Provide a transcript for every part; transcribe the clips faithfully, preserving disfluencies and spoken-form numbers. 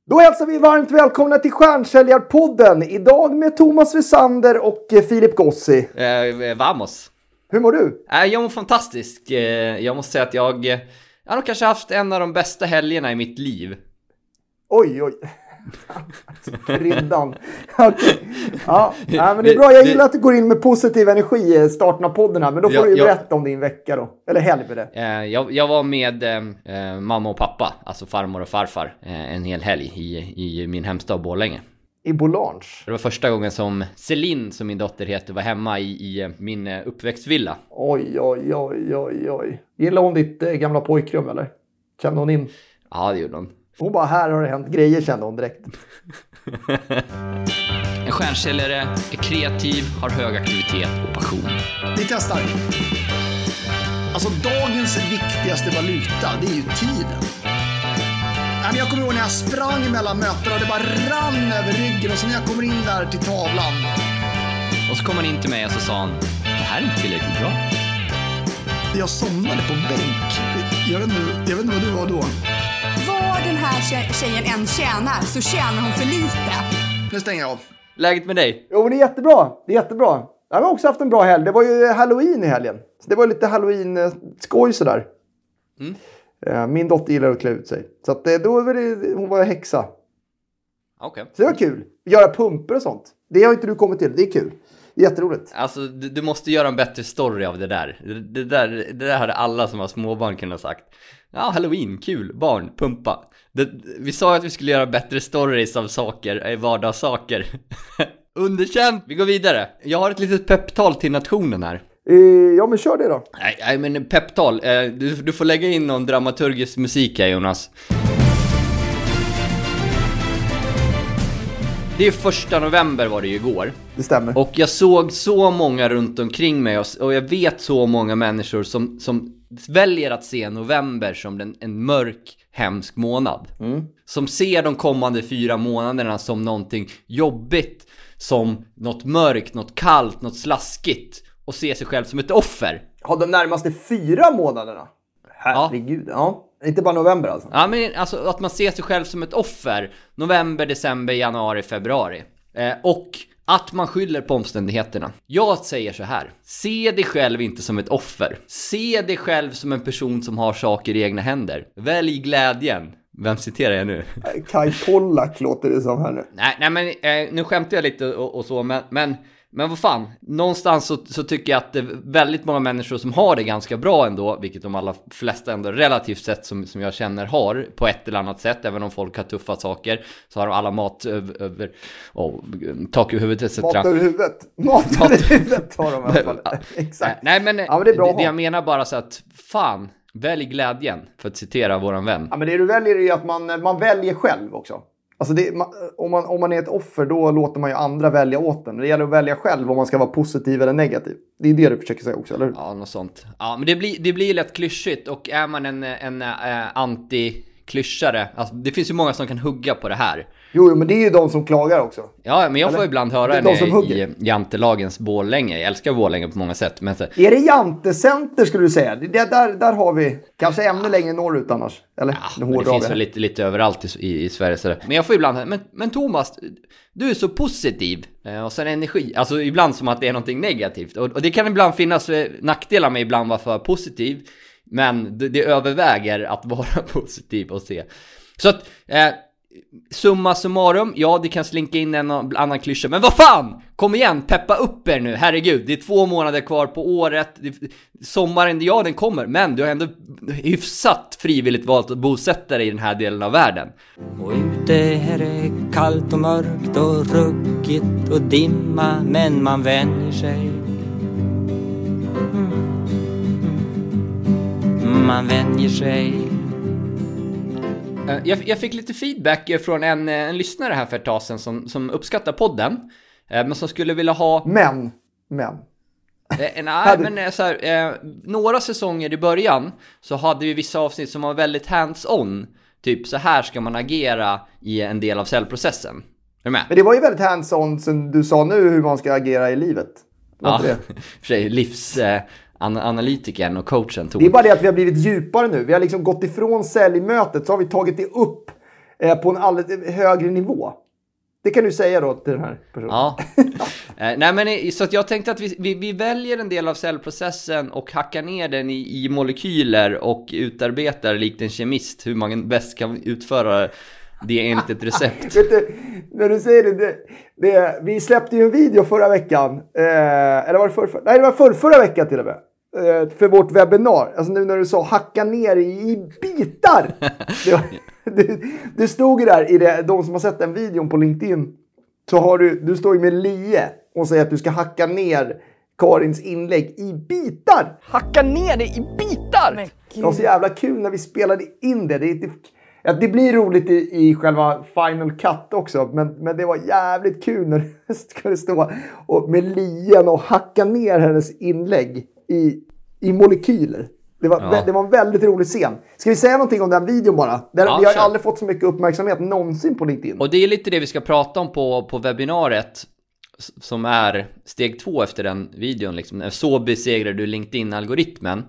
Då hälsar vi varmt välkomna till Stjärnsäljarpodden. Idag med Thomas Wessander och Filip Gossi. Eh, vamos. Hur mår du? Eh, jag mår fantastiskt. Eh, jag måste säga att jag, jag har nog kanske haft en av de bästa helgerna i mitt liv. Oj, oj. Riddan. Okej. Ja, ja, men det är bra. Jag gillar att du går in med positiv energi i starten av podden här. Men då får jag, du ju jag, berätta om din vecka då. Eller helg med det. Eh, jag, jag var med eh, mamma och pappa, alltså farmor och farfar, eh, en hel helg i, i min hemstad Borlänge. I Bolange. Det var första gången som Celine, som min dotter heter, var hemma i, i min uppväxtvilla. Oj, oj, oj, oj, oj. Gillar hon ditt eh, gamla pojkrum eller? Kände hon in? Ja, det gjorde hon. Hon bara, här har det hänt grejer, kände hon direkt. En stjärnsäljare är kreativ, har hög aktivitet och passion. Vi testar. Alltså dagens viktigaste valuta, det är ju tiden. Jag kommer ihåg när jag sprang mellan mötena och det bara rann över ryggen. Och så när jag kommer in där till tavlan. Och så kom han in till mig och så sa han, det här är inte tillräckligt bra. Jag somnade på bänk. Jag vet inte, jag vet inte vad du var då. Vad den här tjejen än tjänar så tjänar hon för lite. Nu stänger jag av. Läget med dig? Jo, men det är jättebra. Det är jättebra. Jag har också haft en bra helg. Det var ju Halloween i helgen. Så det var lite Halloween-skoj sådär. Mm. Min dotter gillar att klä ut sig. Så att då var det, hon var häxa. Okej. Okay. Så det var kul. Göra pumper och sånt. Det har inte du kommit till. Det är kul. Det är jätteroligt. Alltså, du, du måste göra en bättre story av det där. Det, det där. det där hade alla som har småbarn kunnat sagt. Ja, Halloween, kul, barn, pumpa. Det, vi sa att vi skulle göra bättre stories av saker, vardagssaker. Underkänt, vi går vidare. Jag har ett litet pepptal till nationen här. Ja, men kör det då. Nej, nej men pepptal. Du, du får lägga in någon dramaturgisk musik här, Jonas. Det är första november var det ju igår. Det stämmer. Och jag såg så många runt omkring mig. Och, och jag vet så många människor som, som väljer att se november som en, en mörk, hemsk månad. Mm. Som ser de kommande fyra månaderna som någonting jobbigt. Som något mörkt, något kallt, något slaskigt. Och ser sig själv som ett offer. Har de närmaste fyra månaderna? Herregud, ja. ja. Inte bara november alltså. Ja, men alltså att man ser sig själv som ett offer. November, december, januari, februari. Eh, och att man skyller på omständigheterna. Jag säger så här. Se dig själv inte som ett offer. Se dig själv som en person som har saker i egna händer. Välj glädjen. Vem citerar jag nu? Kai Pollak låter det som här nu. Nej, nej men eh, nu skämtar jag lite och, och så. Men... men Men vad fan, någonstans så, så tycker jag att det är väldigt många människor som har det ganska bra ändå, vilket de allra flesta ändå relativt sett som, som jag känner har på ett eller annat sätt. Även om folk har tuffa saker så har de alla mat över, över oh, tak i huvudet et cetera. Mat över huvudet. Mat över huvudet har de i alla fall. Exakt. Nej men, ja, men det, är bra det jag menar bara så att fan, välj glädjen, för att citera våran vän. Ja, men det du väljer är ju att man, man väljer själv också. Alltså det, om, man, om man är ett offer då låter man ju andra välja åt den. Det gäller att välja själv om man ska vara positiv eller negativ. Det är det du försöker säga också, eller hur? Ja, något sånt. Ja, men det blir, det blir lätt klyschigt. Och är man en, en äh, anti-klyschare, alltså, det finns ju många som kan hugga på det här. Jo, men det är ju de som klagar också. Ja, men jag får eller? ibland höra henne i Jantelagens Borlänge. Jag älskar Borlänge på många sätt. Men så... Är det Jantecenter skulle du säga? Det, där, där har vi kanske ännu längre norrut annars. Eller? Ja, men det finns väl lite, lite överallt i, i, i Sverige. Så men jag får ibland, men, men Thomas, du är så positiv. Och sen energi. Alltså ibland som att det är någonting negativt. Och, och det kan ibland finnas nackdelar med ibland vara för positiv. Men det, det överväger att vara positiv och se. Så att... Eh, summa summarum, ja det kan slinka in en annan klyscha. Men vad fan, kom igen, peppa upp er nu. Herregud, det är två månader kvar på året. Sommaren, ja den kommer. Men du har ändå hyfsat frivilligt valt att bosätta dig i den här delen av världen. Och ute här är kallt och mörkt och ruggigt och dimma. Men man vänjer sig. Man vänjer sig. Jag, jag fick lite feedback från en, en lyssnare här för ett tag sedan som, som uppskattar podden. Men som skulle vilja ha... Men, men. Eh, nej, men så här, eh, några säsonger i början så hade vi vissa avsnitt som var väldigt hands-on. Typ så här ska man agera i en del av cellprocessen. Är du med? Men det var ju väldigt hands-on som du sa nu hur man ska agera i livet. Ja, för sig livs... Eh, analytikern och coachen tog. Det är bara det att vi har blivit djupare nu. Vi har liksom gått ifrån säljmötet så har vi tagit det upp eh, på en alldeles högre nivå. Det kan du säga då till den här personen. Ja. eh, nej men så att jag tänkte att vi, vi, vi väljer en del av cellprocessen och hackar ner den i, i molekyler och utarbetar likt en kemist hur man bäst kan utföra det enligt ett recept. Vet du, när du säger det, det, det, vi släppte ju en video förra veckan. Eh, eller var det för, för, nej, det var för, förra veckan till och med. Eh, för vårt webbinar. Alltså nu när du sa hacka ner i, i bitar. Det var, du, du stod ju där i det, de som har sett den videon på LinkedIn. Så har du, du står ju med lie och säger att du ska hacka ner Karins inlägg i bitar. Hacka ner det i bitar! Men det var så jävla kul när vi spelade in det. Det, det, ja, det blir roligt i, i själva Final Cut också. Men, men det var jävligt kul när det skulle stå och, med lien och hacka ner hennes inlägg i, i molekyler. Det var, ja. det var en väldigt rolig scen. Ska vi säga någonting om den videon bara? Den, ja, vi har kör. aldrig fått så mycket uppmärksamhet någonsin på LinkedIn. Och det är lite det vi ska prata om på, på webbinariet. Som är steg två efter den videon. Liksom. Så besegrar du LinkedIn-algoritmen.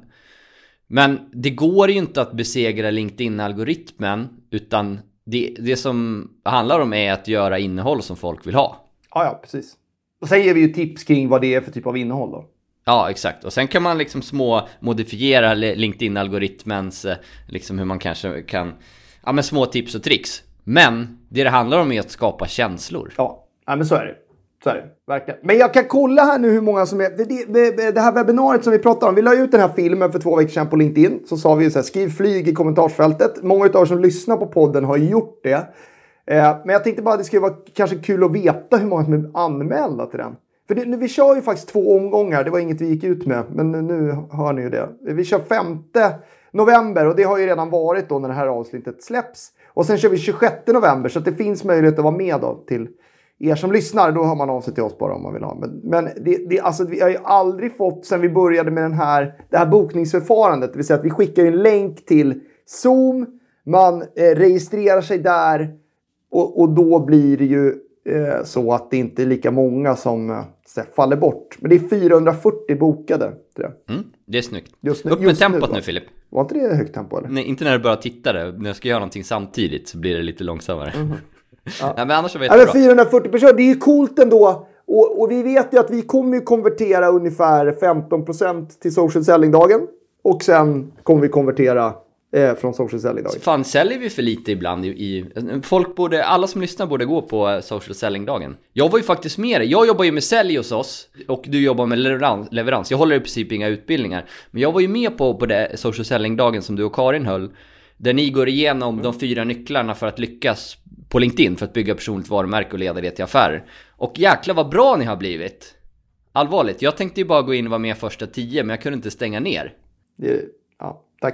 Men det går ju inte att besegra LinkedIn-algoritmen. Utan det, det som handlar om är att göra innehåll som folk vill ha. Ja, ja, precis. Och sen ger vi ju tips kring vad det är för typ av innehåll då. Ja, exakt. Och sen kan man liksom små modifiera LinkedIn-algoritmens, liksom hur man kanske kan, ja men små tips och tricks. Men det det handlar om är att skapa känslor. Ja, ja men så är det. Så är det, verkligen. Men jag kan kolla här nu hur många som är, det, det, det här webbinariet som vi pratar om, vi la ut den här filmen för två veckor sedan på LinkedIn. Så sa vi ju så här, skriv flyg i kommentarsfältet. Många av er som lyssnar på podden har gjort det. Eh, men jag tänkte bara att det skulle vara kanske kul att veta hur många som är anmälda till den. För det, vi kör ju faktiskt två omgångar. Det var inget vi gick ut med. Men nu hör ni ju det. Vi kör femte november. Och det har ju redan varit då när det här avsnittet släpps. Och sen kör vi tjugosjätte november. Så att det finns möjlighet att vara med då till er som lyssnar. Då har man av sig till oss bara om man vill ha. Men, men det, det, alltså, vi har ju aldrig fått sen vi började med den här, det här bokningsförfarandet. Det vill säga att vi skickar en länk till Zoom. Man eh, registrerar sig där. Och, och då blir det ju eh, så att det inte är lika många som eh, faller bort. Men det är fyrahundrafyrtio bokade. Tror jag. Mm, det är snyggt. Just nu, Upp med just tempot nu, nu, Filip. Var inte det högt tempo eller? Nej, inte när du börjar titta det. När jag ska göra någonting samtidigt så blir det lite långsammare. Mm. Ja. Nej, men annars så vet jag ja, bra. fyrahundrafyrtio personer, det är ju coolt ändå. Och, och vi vet ju att vi kommer ju konvertera ungefär femton procent till social selling-dagen. Och sen kommer vi konvertera eh, från social selling-dagen. Fan, säljer vi för lite ibland i, i folk borde, alla som lyssnar borde gå på social selling-dagen. Jag var ju faktiskt med det. Jag jobbar ju med sälj hos oss och du jobbar med leverans. leverans. Jag håller i princip inga utbildningar. Men jag var ju med på, på det social selling-dagen som du och Karin höll. Där ni går igenom mm. de fyra nycklarna för att lyckas på LinkedIn för att bygga personligt varumärke och leda det till affärer. Och jäklar vad bra ni har blivit. Allvarligt, jag tänkte ju bara gå in och vara med första tio, men jag kunde inte stänga ner. Det, ja, tack.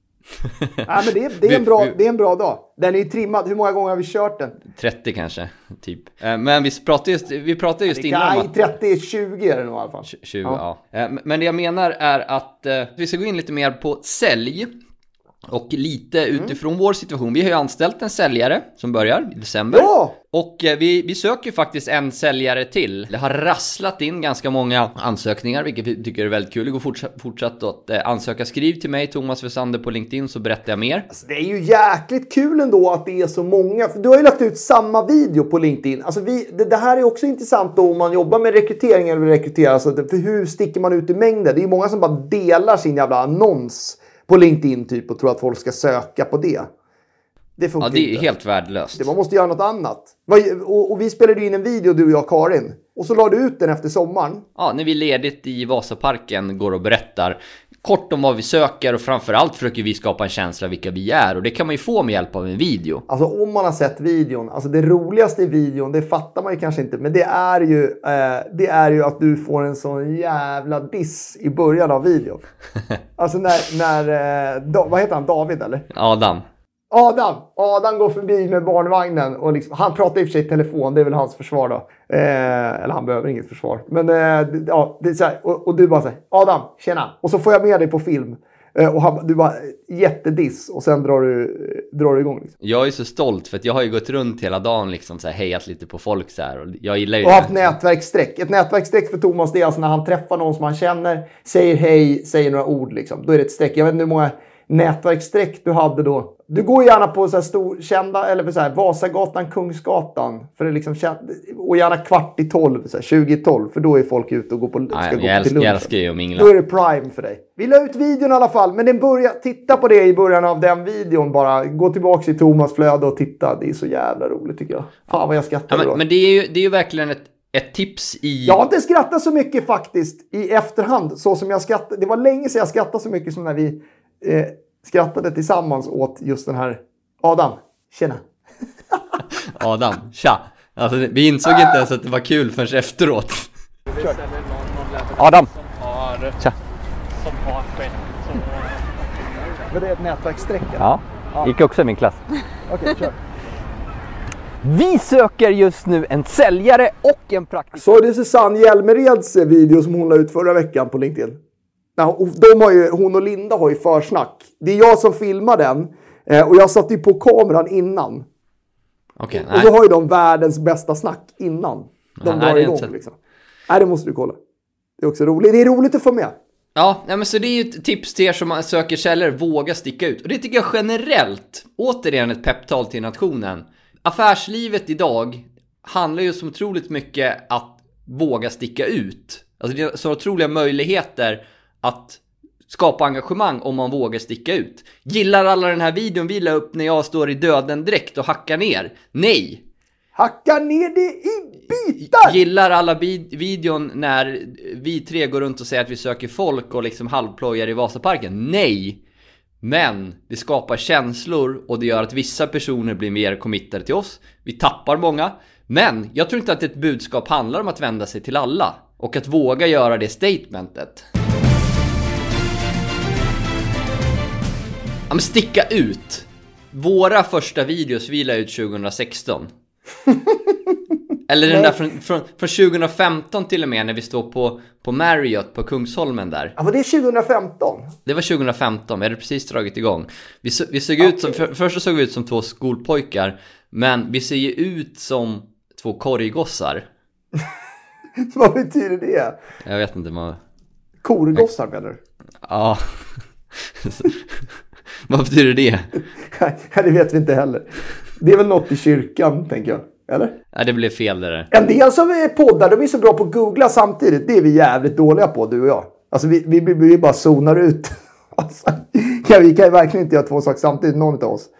Ja, men det, det, är en bra, det är en bra dag. Den är ju trimmad. Hur många gånger har vi kört den? trettio kanske, typ. Men vi pratade just, vi pratade just ja, innan om att... trettio, tjugo är det nog i alla fall. tjugo, ja. ja. Men det jag menar är att vi ska gå in lite mer på sälj. Och lite utifrån mm. vår situation. Vi har ju anställt en säljare som börjar i december. Ja! Och vi, vi söker faktiskt en säljare till. Det har rasslat in ganska många ansökningar, vilket vi tycker är väldigt kul. Det går fortsatt, fortsatt att eh, ansöka. Skriv till mig, Thomas Wessander på LinkedIn, så berättar jag mer. Alltså, det är ju jäkligt kul ändå att det är så många. För du har ju lagt ut samma video på LinkedIn. Alltså vi, det, det här är också intressant då om man jobbar med rekrytering eller rekryterar. Alltså, för hur sticker man ut i mängden? Det är ju många som bara delar sin jävla annons på LinkedIn typ och tror att folk ska söka på det. Det funkar inte. Ja, det är inte helt värdelöst. Det, man måste göra något annat. Och, och vi spelade in en video, du och jag, Karin. Och så la du ut den efter sommaren. Ja, när vi ledigt i Vasaparken går och berättar kort om vad vi söker. Och framförallt försöker vi skapa en känsla av vilka vi är. Och det kan man ju få med hjälp av en video. Alltså om man har sett videon. Alltså det roligaste i videon, det fattar man ju kanske inte. Men det är ju, eh, det är ju att du får en sån jävla diss i början av videon. Alltså när, när eh, da, vad heter han? David eller? Adam. Adam, Adam går förbi med barnvagnen och liksom, han pratar i och för sig i telefon, det är väl hans försvar då. Eh, eller han behöver inget försvar. Men eh, ja, det är så här, och, och du bara säger Adam, tjena. Och så får jag med dig på film. Eh, och han, du bara jättediss och sen drar du, drar du igång. Liksom. Jag är så stolt för att jag har ju gått runt hela dagen liksom så här, hejat lite på folk så här. Och jag gillar ju och haft nätverkssträck. Ett nätverkssträck för Thomas, det är alltså när han träffar någon som han känner, säger hej, säger några ord liksom. Då är det ett streck. Jag vet inte hur många nätverkssträck du hade då. Du går gärna på så här stor, kända, eller så här, Vasagatan, Kungsgatan. För det är liksom, och gärna kvart i tolv, så här, tjugo i tolv. För då är folk ute och går på, ska ja, gå jag till lunch. Jag älskar ju att mingla. Då är det prime för dig. Vi la ut videon i alla fall. Men den börjar, titta på det i början av den videon bara. Gå tillbaka i Thomas flöde och titta. Det är så jävla roligt tycker jag. Fan vad jag skrattar ja, men, då. men det är ju, det är ju verkligen ett, ett tips i... Jag har inte skrattat så mycket faktiskt i efterhand. Så som jag skrattade. Det var länge sedan jag skrattade så mycket som när vi eh, skrattade tillsammans åt just den här Adam. Tjena. Adam, tja. Alltså, vi insåg inte ens att det var kul förrän efteråt. Adam. Tja. Men det är ett nätverkssträck. Ja, gick också i min klass. Okej, kör. Vi söker just nu en säljare och en praktiker. Så det är Susanne Hjelmereds video som hon la ut förra veckan på LinkedIn. De har ju, hon och Linda har ju försnack. Det är jag som filmar den. Och jag satt ju på kameran innan. Okay, och så har ju de världens bästa snack innan. De nej, drar igång liksom. Nej, det måste du kolla. Det är också roligt. Det är roligt att få med. Ja, men så det är ju ett tips till er som söker säljare. Våga sticka ut. Och det tycker jag generellt, återigen ett peptal till nationen. Affärslivet idag handlar ju så otroligt mycket att våga sticka ut. Alltså det är så otroliga möjligheter att skapa engagemang om man vågar sticka ut. Gillar alla den här videon vi la upp när jag står i döden direkt och hackar ner? Nej! Hacka ner det i bitar! Gillar alla vid- videon när vi tre går runt och säger att vi söker folk och liksom halvplojar i Vasaparken? Nej! Men det skapar känslor och det gör att vissa personer blir mer committade till oss. Vi tappar många. Men jag tror inte att ett budskap handlar om att vända sig till alla. Och att våga göra det statementet. Ja, men sticka ut. Våra första videos vi la ut tjugohundrasexton. Eller den där från, från, från tjugohundrafemton till och med, när vi står på, på Marriott på Kungsholmen där. Ja, var det tjugohundrafemton? Det var tjugohundrafemton, vi hade precis dragit igång. Vi, vi såg ut som, för, först så såg vi ut som två skolpojkar. Men vi ser ju ut som två korggossar. Vad betyder det? Jag vet inte, man... Korgossar menar du? Ja. Vad betyder det? Ja, det vet vi inte heller. Det är väl något i kyrkan, tänker jag. Eller? Ja, det blev fel där. En del som är poddar, de är så bra på att googla samtidigt. Det är vi jävligt dåliga på, du och jag. Alltså vi, vi, vi bara zonar ut. Alltså, ja, vi kan ju verkligen inte göra två saker samtidigt, någon av oss.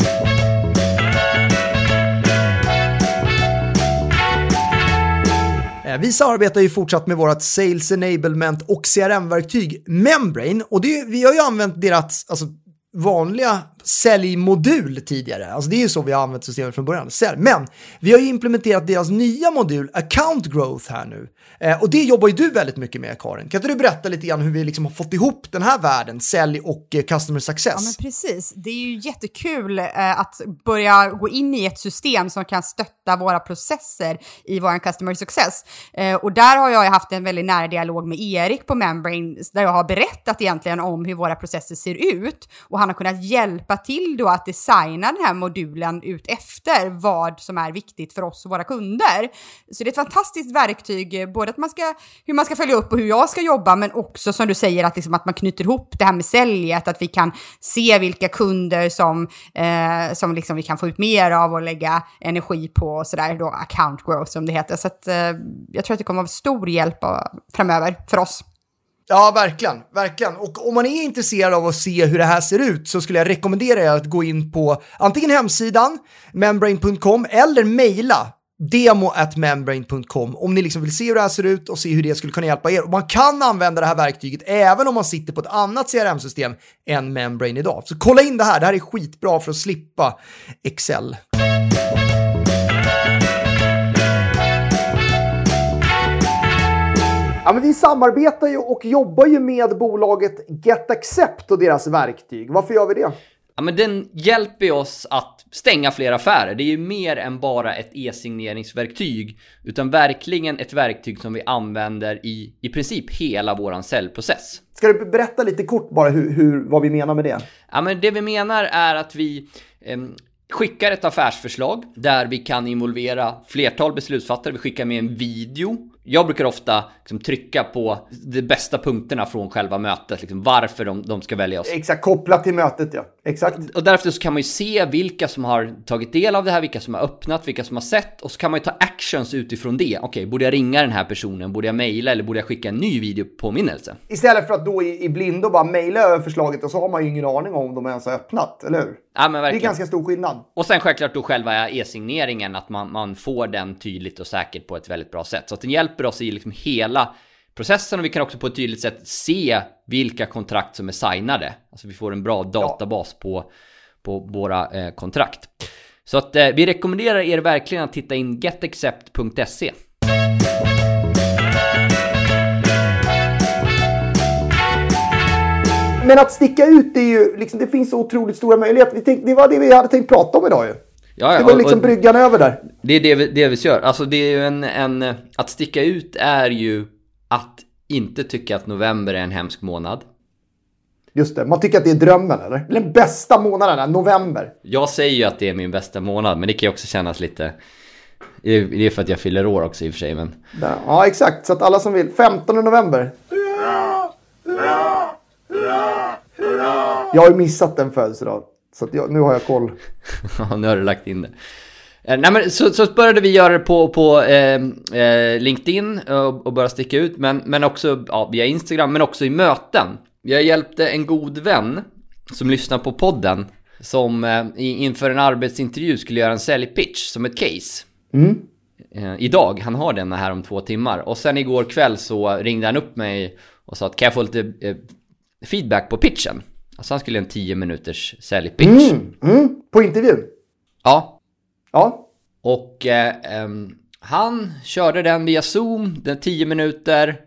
Vi samarbetar ju fortsatt med vårt Sales Enablement och C R M-verktyg Membrane. Och det, vi har ju använt deras alltså, vanliga säljmodul tidigare. Alltså det är ju så vi har använt systemet från början. Men vi har ju implementerat deras nya modul Account Growth här nu. Eh, och det jobbar ju du väldigt mycket med, Karin. Kan inte du berätta lite grann hur vi liksom har fått ihop den här världen, sälj och eh, customer success? Ja, men precis. Det är ju jättekul eh, att börja gå in i ett system som kan stötta våra processer i vår customer success. Eh, och där har jag haft en väldigt nära dialog med Erik på Membrane, där jag har berättat egentligen om hur våra processer ser ut. Och han har kunnat hjälpa till då att designa den här modulen ut efter vad som är viktigt för oss och våra kunder. Så det är ett fantastiskt verktyg, både att man ska, hur man ska följa upp och hur jag ska jobba, men också som du säger att, liksom, att man knyter ihop det här med säljet, att vi kan se vilka kunder som, eh, som liksom vi kan få ut mer av och lägga energi på och sådär, då account growth som det heter. Så att, eh, jag tror att det kommer att vara stor hjälp framöver för oss. Ja, verkligen, verkligen. Och om man är intresserad av att se hur det här ser ut så skulle jag rekommendera er att gå in på antingen hemsidan membrane punkt com eller mejla demo at membrane punkt com om ni liksom vill se hur det här ser ut och se hur det skulle kunna hjälpa er. Och man kan använda det här verktyget även om man sitter på ett annat C R M-system än Membrane idag. Så kolla in det här, det här är skitbra för att slippa Excel. Ja, men vi samarbetar ju och jobbar ju med bolaget GetAccept och deras verktyg. Varför gör vi det? Ja, men den hjälper oss att stänga fler affärer. Det är ju mer än bara ett e-signeringsverktyg, utan verkligen ett verktyg som vi använder i i princip hela våran säljprocess. Ska du berätta lite kort bara hur, hur, vad vi menar med det? Ja, men det vi menar är att vi eh, skickar ett affärsförslag där vi kan involvera flertal beslutsfattare. Vi skickar med en video jag brukar ofta liksom trycka på de bästa punkterna från själva mötet. Liksom varför de, de ska välja oss. Exakt, kopplat till mötet, ja. Exakt. Och därför så kan man ju se vilka som har tagit del av det här, vilka som har öppnat, vilka som har sett. Och så kan man ju ta actions utifrån det. Okej, okay, borde jag ringa den här personen? Borde jag mejla eller borde jag skicka en ny videopåminnelse? Istället för att då i, i blindo bara mejla över förslaget och så har man ju ingen aning om de ens har öppnat, eller hur? Ja, men verkligen. Det är ganska stor skillnad. Och sen självklart då själva e-signeringen, att man, man får den tydligt och säkert på ett väldigt bra sätt. Så att den hjälper oss i liksom hela processen och vi kan också på ett tydligt sätt se vilka kontrakt som är signade. Alltså vi får en bra databas ja. på, på våra eh, kontrakt. Så att eh, vi rekommenderar er verkligen att titta in get accept punkt se. Men att sticka ut är ju, liksom, det finns så otroligt stora möjligheter. Vi tänkte, det var det vi hade tänkt prata om idag ju. Ja, ja, det var och, liksom och, bryggan över där. Det är det vi, det vi gör. Alltså det är ju en, en... Att sticka ut är ju att inte tycka att november är en hemsk månad. Just det, man tycker att det är drömmen, eller? Den bästa månaden är november. Jag säger ju att det är min bästa månad, men det kan ju också kännas lite... Det är för att jag fyller år också i och för sig, men... Ja, exakt. Så att alla som vill. femtonde november. Jag har ju missat den födelsedag. Så att jag, nu har jag koll. Ja, nu har du lagt in det. Eh, nej, men så, så började vi göra det på, på eh, eh, LinkedIn och, och börja sticka ut. Men, men också ja, via Instagram, men också i möten. Jag hjälpte en god vän som lyssnar på podden. Som eh, inför en arbetsintervju skulle göra en säljpitch som ett case. Mm. Eh, idag, han har den här om två timmar. Och sen igår kväll så ringde han upp mig och sa att kan jag få lite eh, feedback på pitchen. Alltså han skulle en tio minuters säljpitch. Mm, mm, på intervju? Ja. Ja. Och eh, eh, han körde den via Zoom, den tio minuter.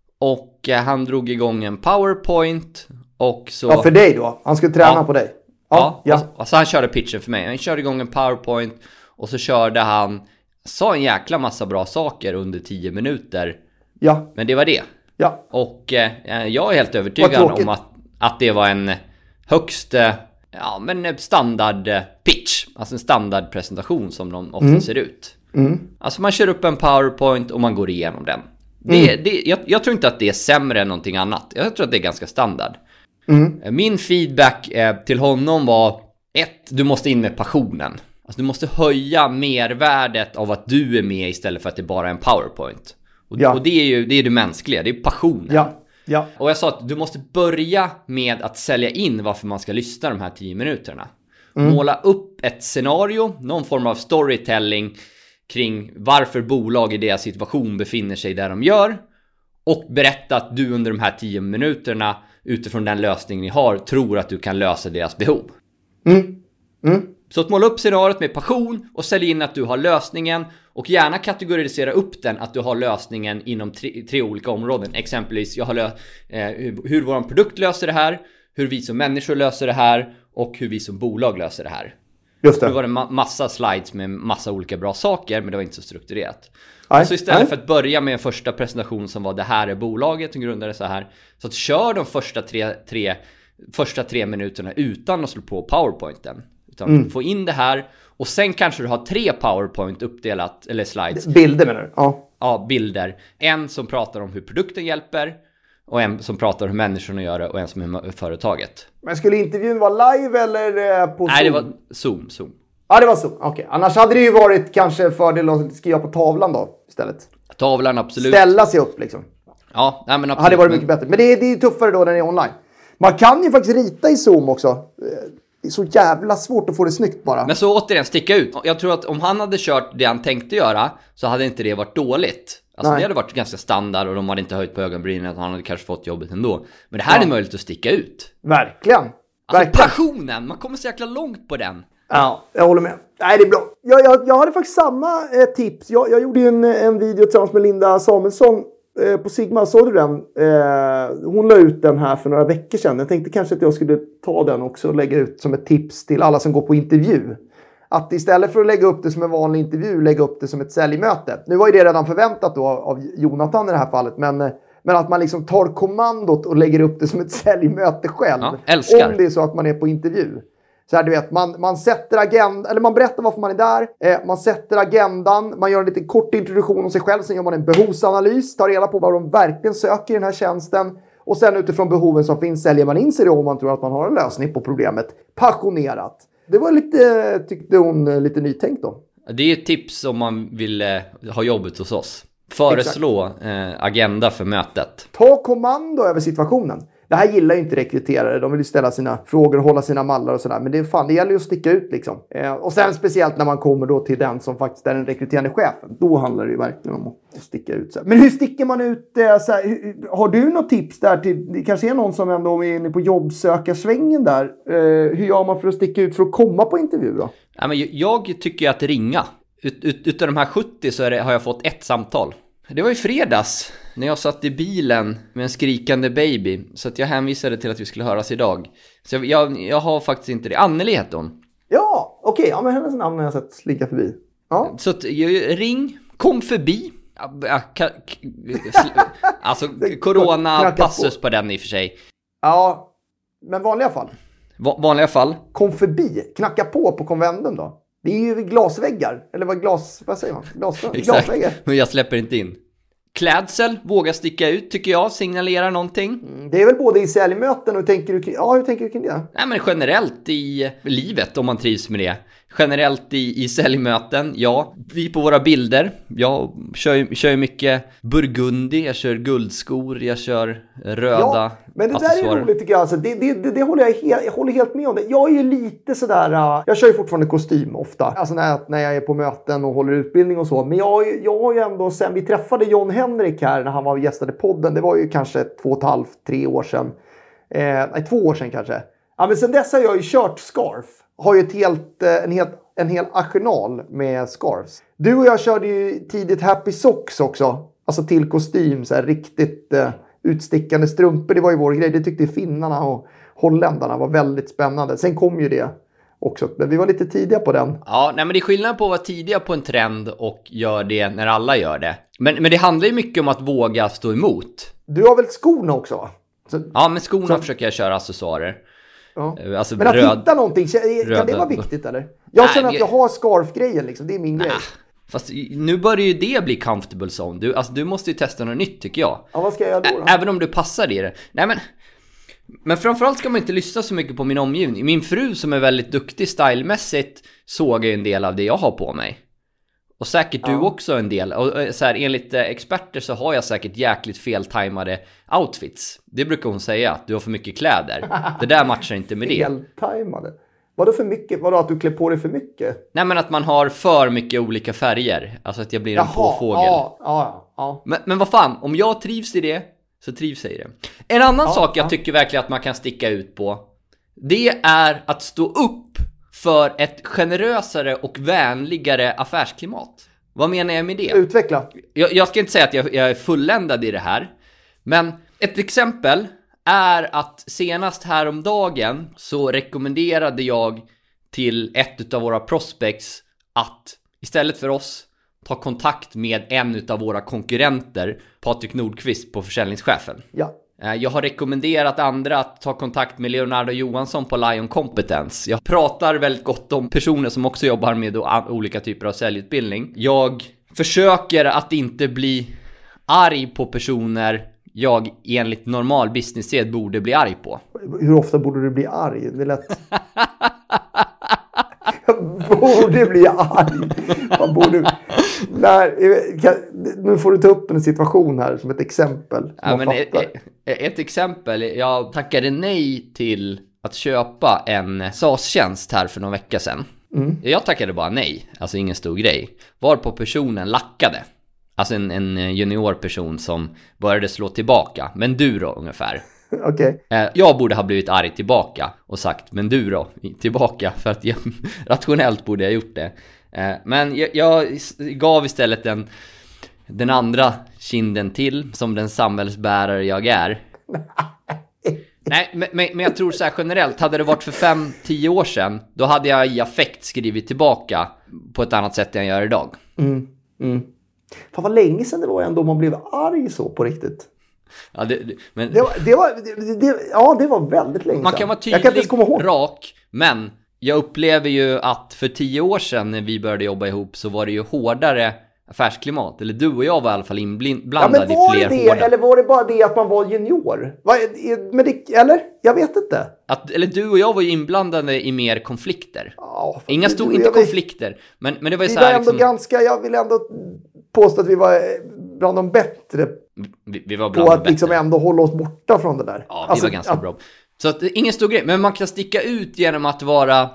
Och eh, han drog igång en PowerPoint. Och så... Ja, för dig då. Han skulle träna ja. på dig. Ja, ja. Och, och så han körde pitchen för mig. Han körde igång en PowerPoint. Och så körde han... Sa en jäkla massa bra saker under tio minuter. Ja. Men det var det. Ja. Och eh, jag är helt övertygad om att, att det var en högst ja, men standard pitch. Alltså en standard presentation som de ofta mm. ser ut. Mm. Alltså man kör upp en PowerPoint och man går igenom den. Det, mm. det, jag, jag tror inte att det är sämre än någonting annat. Jag tror att det är ganska standard. Mm. Min feedback eh, till honom var ett, du måste in med passionen. Alltså du måste höja mervärdet av att du är med istället för att det bara är en PowerPoint. Och, ja. och det är ju det, är det mänskliga, det är passionen. Ja. Ja. Och jag sa att du måste börja med att sälja in varför man ska lyssna de här tio minuterna. Mm. Måla upp ett scenario, någon form av storytelling kring varför bolag i deras situation befinner sig där de gör. Och berätta att du under de här tio minuterna utifrån den lösning ni har tror att du kan lösa deras behov. Mm. Mm. Så att måla upp scenariot med passion och sälja in att du har lösningen och gärna kategorisera upp den att du har lösningen inom tre, tre olika områden. Exempelvis jag har lö- eh, hur, hur vår produkt löser det här, hur vi som människor löser det här och hur vi som bolag löser det här. Just det. Nu var det ma- massa slides med massa olika bra saker, men det var inte så strukturerat. Nej, så istället nej. för att börja med en första presentation som var det här är bolaget som grundade så här, så att kör de första tre, tre, första tre minuterna utan att slå på PowerPointen. Utan mm. få in det här och sen kanske du har tre PowerPoint uppdelat, eller slides. Bilder menar du? Ja. Ja, bilder. En som pratar om hur produkten hjälper och en som pratar om hur människorna gör det och en som är företaget. Men skulle intervjun vara live eller på Zoom? Nej, det var Zoom. Zoom. Ja, det var Zoom. Okej. Okay. Annars hade det ju varit kanske fördel att skriva på tavlan då istället. Tavlan, absolut. Ställa sig upp liksom. Ja, nej, men absolut. Hade varit mycket bättre. Men det är, det är tuffare då när det är online. Man kan ju faktiskt rita i Zoom också. Det är så jävla svårt att få det snyggt bara. Men så återigen, sticka ut. Jag tror att om han hade kört det han tänkte göra så hade inte det varit dåligt. Alltså Nej. Det hade varit ganska standard och de hade inte höjt på ögonbrynen att han hade kanske fått jobbet ändå. Men det här ja. är möjligt att sticka ut. Verkligen. Alltså Verkligen. Passionen, man kommer så jäkla långt på den. Ja, jag håller med. Nej, det är bra. Jag, jag, jag hade faktiskt samma eh, tips. Jag, jag gjorde ju en, en video tillsammans med Linda Samuelsson eh, på Sigma. Såg du den? Eh, hon la ut den här för några veckor sedan. Jag tänkte kanske att jag skulle ta den också och lägga ut som ett tips till alla som går på intervju. Att istället för att lägga upp det som en vanlig intervju, lägga upp det som ett säljmöte. Nu var ju det redan förväntat då av Jonathan i det här fallet. Men, men att man liksom tar kommandot och lägger upp det som ett säljmöte själv. Ja, älskar. Om det är så att man är på intervju. Så här, du vet, man, man sätter agendan, eller man berättar varför man är där. Eh, man sätter agendan, man gör en lite kort introduktion om sig själv. Sen gör man en behovsanalys, tar reda på vad de verkligen söker i den här tjänsten. Och sen utifrån behoven som finns säljer man in sig då om man tror att man har en lösning på problemet. Passionerat. Det var lite, tyckte hon, lite nytänkt då. Det är ett tips om man vill eh, ha jobbet hos oss. Föreslå eh, agenda för mötet. Ta kommando över situationen. Det här gillar ju inte rekryterare. De vill ju ställa sina frågor och hålla sina mallar och sådär. Men det är fan, det gäller ju att sticka ut liksom. Eh, och sen speciellt när man kommer då till den som faktiskt är den rekryterande chefen. Då handlar det ju verkligen om att sticka ut. Så här. Men hur sticker man ut? Eh, så här, hur, har du något tips där till, det kanske är någon som ändå är inne på jobbsökarsvängen där. Eh, hur gör man för att sticka ut för att komma på intervju då? Ja, men jag tycker att ringa. Ut, ut, utav de här sjuttio så är det, har jag fått ett samtal. Det var i fredags när jag satt i bilen med en skrikande baby. Så att jag hänvisade till att vi skulle höras idag. Så jag, jag, jag har faktiskt inte det. Anneli heter hon. Ja, okej. Okay. Ja, men hennes namn har jag sett slinka förbi. Ja. Så att, ring, kom förbi. Alltså corona passus på den i och för sig. Ja, men vanliga fall. Va- vanliga fall. Kom förbi, knacka på på konvendum då. Det är ju glasväggar. Eller vad glas, vad säger man? Glas, glasväggar. Men jag släpper inte in. Klädsel, våga sticka ut tycker jag, signalerar någonting. Mm, det är väl både i säljmöten och tänker du, ja, hur tänker du kring det? Nej, men generellt i livet om man trivs med det. Generellt i, i säljmöten, ja. Vi på våra bilder, jag kör, kör mycket burgundi, jag kör guldskor, jag kör röda. Ja, men det där är roligt tycker jag. Alltså, det, det, det, det håller jag, helt, jag håller helt med om det. Jag är ju lite sådär, uh, jag kör ju fortfarande kostym ofta. Alltså när, när jag är på möten och håller utbildning och så. Men jag, jag har ju ändå, sen vi träffade John Henrik här när han var och gästade podden. Det var ju kanske två och ett halvt, tre år sedan. Eh, nej, två år sedan kanske. Ja, men sen dess har jag ju kört scarf. Har ju ett helt, en, helt, en hel arsenal med scarfs. Du och jag körde ju tidigt Happy Socks också. Alltså till kostym, så här riktigt uh, utstickande strumpor. Det var ju vår grej. Det tyckte finnarna och holländarna var väldigt spännande. Sen kom ju det också. Men vi var lite tidiga på den. Ja, nej, men det är skillnad på att vara tidiga på en trend och gör det när alla gör det. Men, men det handlar ju mycket om att våga stå emot. Du har väl skorna också va? Så, ja, med skorna så, försöker jag köra accessoarer. Ja. Alltså, men att röd, hitta någonting, kan röda, det vara viktigt eller? Jag nej, känner att jag har scarf-grejen liksom, det är min nej. grej. Fast nu börjar ju det bli comfortable zone. Du, alltså, du måste ju testa något nytt tycker jag. Ja, vad ska jag göra då? då? Ä- även om du passar i det. Nej men, men framförallt ska man inte lyssna så mycket på min omgivning. Min fru som är väldigt duktig stylmässigt såg ju en del av det jag har på mig. Och säkert ja. du också en del. Och så här, enligt experter så har jag säkert jäkligt feltajmade outfits. Det brukar hon säga, att du har för mycket kläder. Det där matchar inte med det. Feltajmade? Vadå för mycket? Vadå att du klär på dig för mycket? Nej men att man har för mycket olika färger. Alltså att jag blir en Jaha, påfågel. Ja, ja, ja. Men, men vad fan, om jag trivs i det så trivs jag i det. En annan ja, sak jag ja. tycker verkligen att man kan sticka ut på, det är att stå upp för ett generösare och vänligare affärsklimat. Vad menar jag med det? Utveckla. Jag, jag ska inte säga att jag, jag är fulländad i det här. Men ett exempel är att senast häromdagen så rekommenderade jag till ett av våra prospects att istället för oss ta kontakt med en av våra konkurrenter, Patrik Nordqvist på försäljningschefen. Ja. Jag har rekommenderat andra att ta kontakt med Leonardo Johansson på Lion Competence. Jag pratar väldigt gott om personer som också jobbar med olika typer av säljutbildning. Jag försöker att inte bli arg på personer jag enligt normal business-sed borde bli arg på. Hur ofta borde du bli arg? Det är lätt. Borde bli arg. Man borde... Nej, nu får du ta upp en situation här som ett exempel. Ja, men ett, ett exempel. Jag tackade nej till att köpa en S A S-tjänst här för någon vecka sedan. Mm. Jag tackade bara nej. Alltså ingen stor grej. Varpå personen lackade. Alltså en, en juniorperson som började slå tillbaka. Men du då ungefär. Okay. Jag borde ha blivit arg tillbaka och sagt men du då tillbaka, för att jag, rationellt borde jag gjort det. Men jag, jag gav istället den, den andra kinden till som den samhällsbärare jag är. Nej, men, men jag tror så här generellt, hade det varit för fem tio år sedan, då hade jag i affekt skrivit tillbaka på ett annat sätt än jag gör idag. Mm, mm. Fan vad länge sedan det var ändå man blev arg så på riktigt. Ja, det, det, men... det, var, det, var, det, det, ja, det var väldigt länge Man sedan. kan vara tydlig, rak, men jag upplever ju att för tio år sedan när vi började jobba ihop så var det ju hårdare affärsklimat. Eller du och jag var i alla fall inblandade ja, men var i fler det det, hårda. eller var det bara det att man var junior? Var, men det, eller? Jag vet inte. Att, eller du och jag var ju inblandade i mer konflikter. Ja, Inga stor, inte jag, konflikter. Men, men det var ju vi så här var ändå liksom, ganska, jag vill ändå påstå att vi var bland de bättre vi, vi var bland på de att bättre. liksom ändå hålla oss borta från det där. Ja, vi alltså, var ganska att, bra. Så att, ingen stor grej. Men man kan sticka ut genom att vara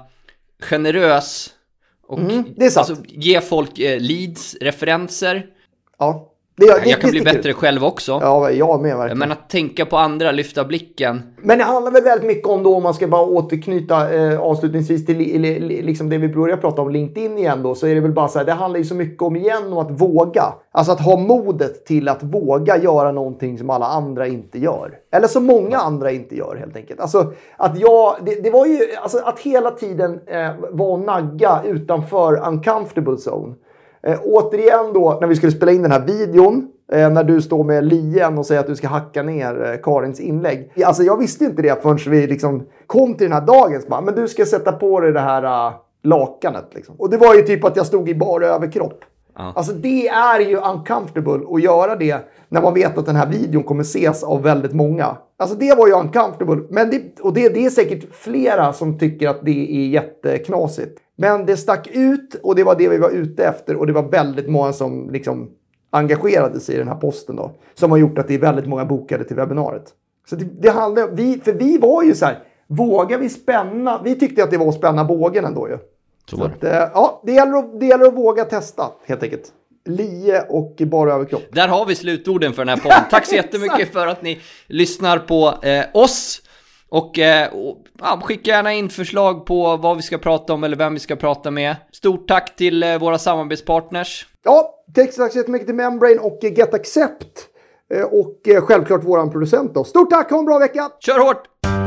generös och mm, det är sant. Alltså, ge folk eh, leads, referenser. Ja. Det, det, jag kan det bli bättre ut. Själv också. Ja, jag med verkligen. Men att tänka på andra, lyfta blicken. Men det handlar väl väldigt mycket om då, om man ska bara återknyta eh, avslutningsvis till li, li, liksom det vi började prata om LinkedIn igen då, så är det väl bara så här, det handlar ju så mycket om igen om att våga. Alltså att ha modet till att våga göra någonting som alla andra inte gör. Eller som många andra inte gör helt enkelt. Alltså att jag, det, det var ju, alltså att hela tiden eh, vara och nagga utanför uncomfortable zone. Eh, återigen då, när vi skulle spela in den här videon, eh, när du står med lien och säger att du ska hacka ner eh, Karins inlägg. Alltså jag visste inte det förrän vi liksom kom till den här dagen. Så bara, men du ska sätta på dig det här uh, lakanet. Liksom. Och det var ju typ att jag stod i bara överkropp. Uh. Alltså det är ju uncomfortable att göra det när man vet att den här videon kommer ses av väldigt många. Alltså det var ju uncomfortable. Men det, och det, det är säkert flera som tycker att det är jätteknasigt. Men det stack ut och det var det vi var ute efter. Och det var väldigt många som liksom engagerade sig i den här posten då. Som har gjort att det är väldigt många bokade till webbinariet. Så det, det handlar vi, för vi var ju så här, vågar vi spänna? Vi tyckte att det var att spänna bågen ändå ju. Så, så att, ja, det gäller, att, det gäller att våga testa helt enkelt. Lie och bara överkropp. Där har vi slutorden för den här podden. Tack så jättemycket för att ni lyssnar på eh, oss. Och, eh, och ja, skicka gärna in förslag på vad vi ska prata om eller vem vi ska prata med. Stort tack till eh, våra samarbetspartners. Ja, tack så jättemycket till Membrane och GetAccept. Eh, och eh, självklart våran producent då. Stort tack, ha en bra vecka! Kör hårt!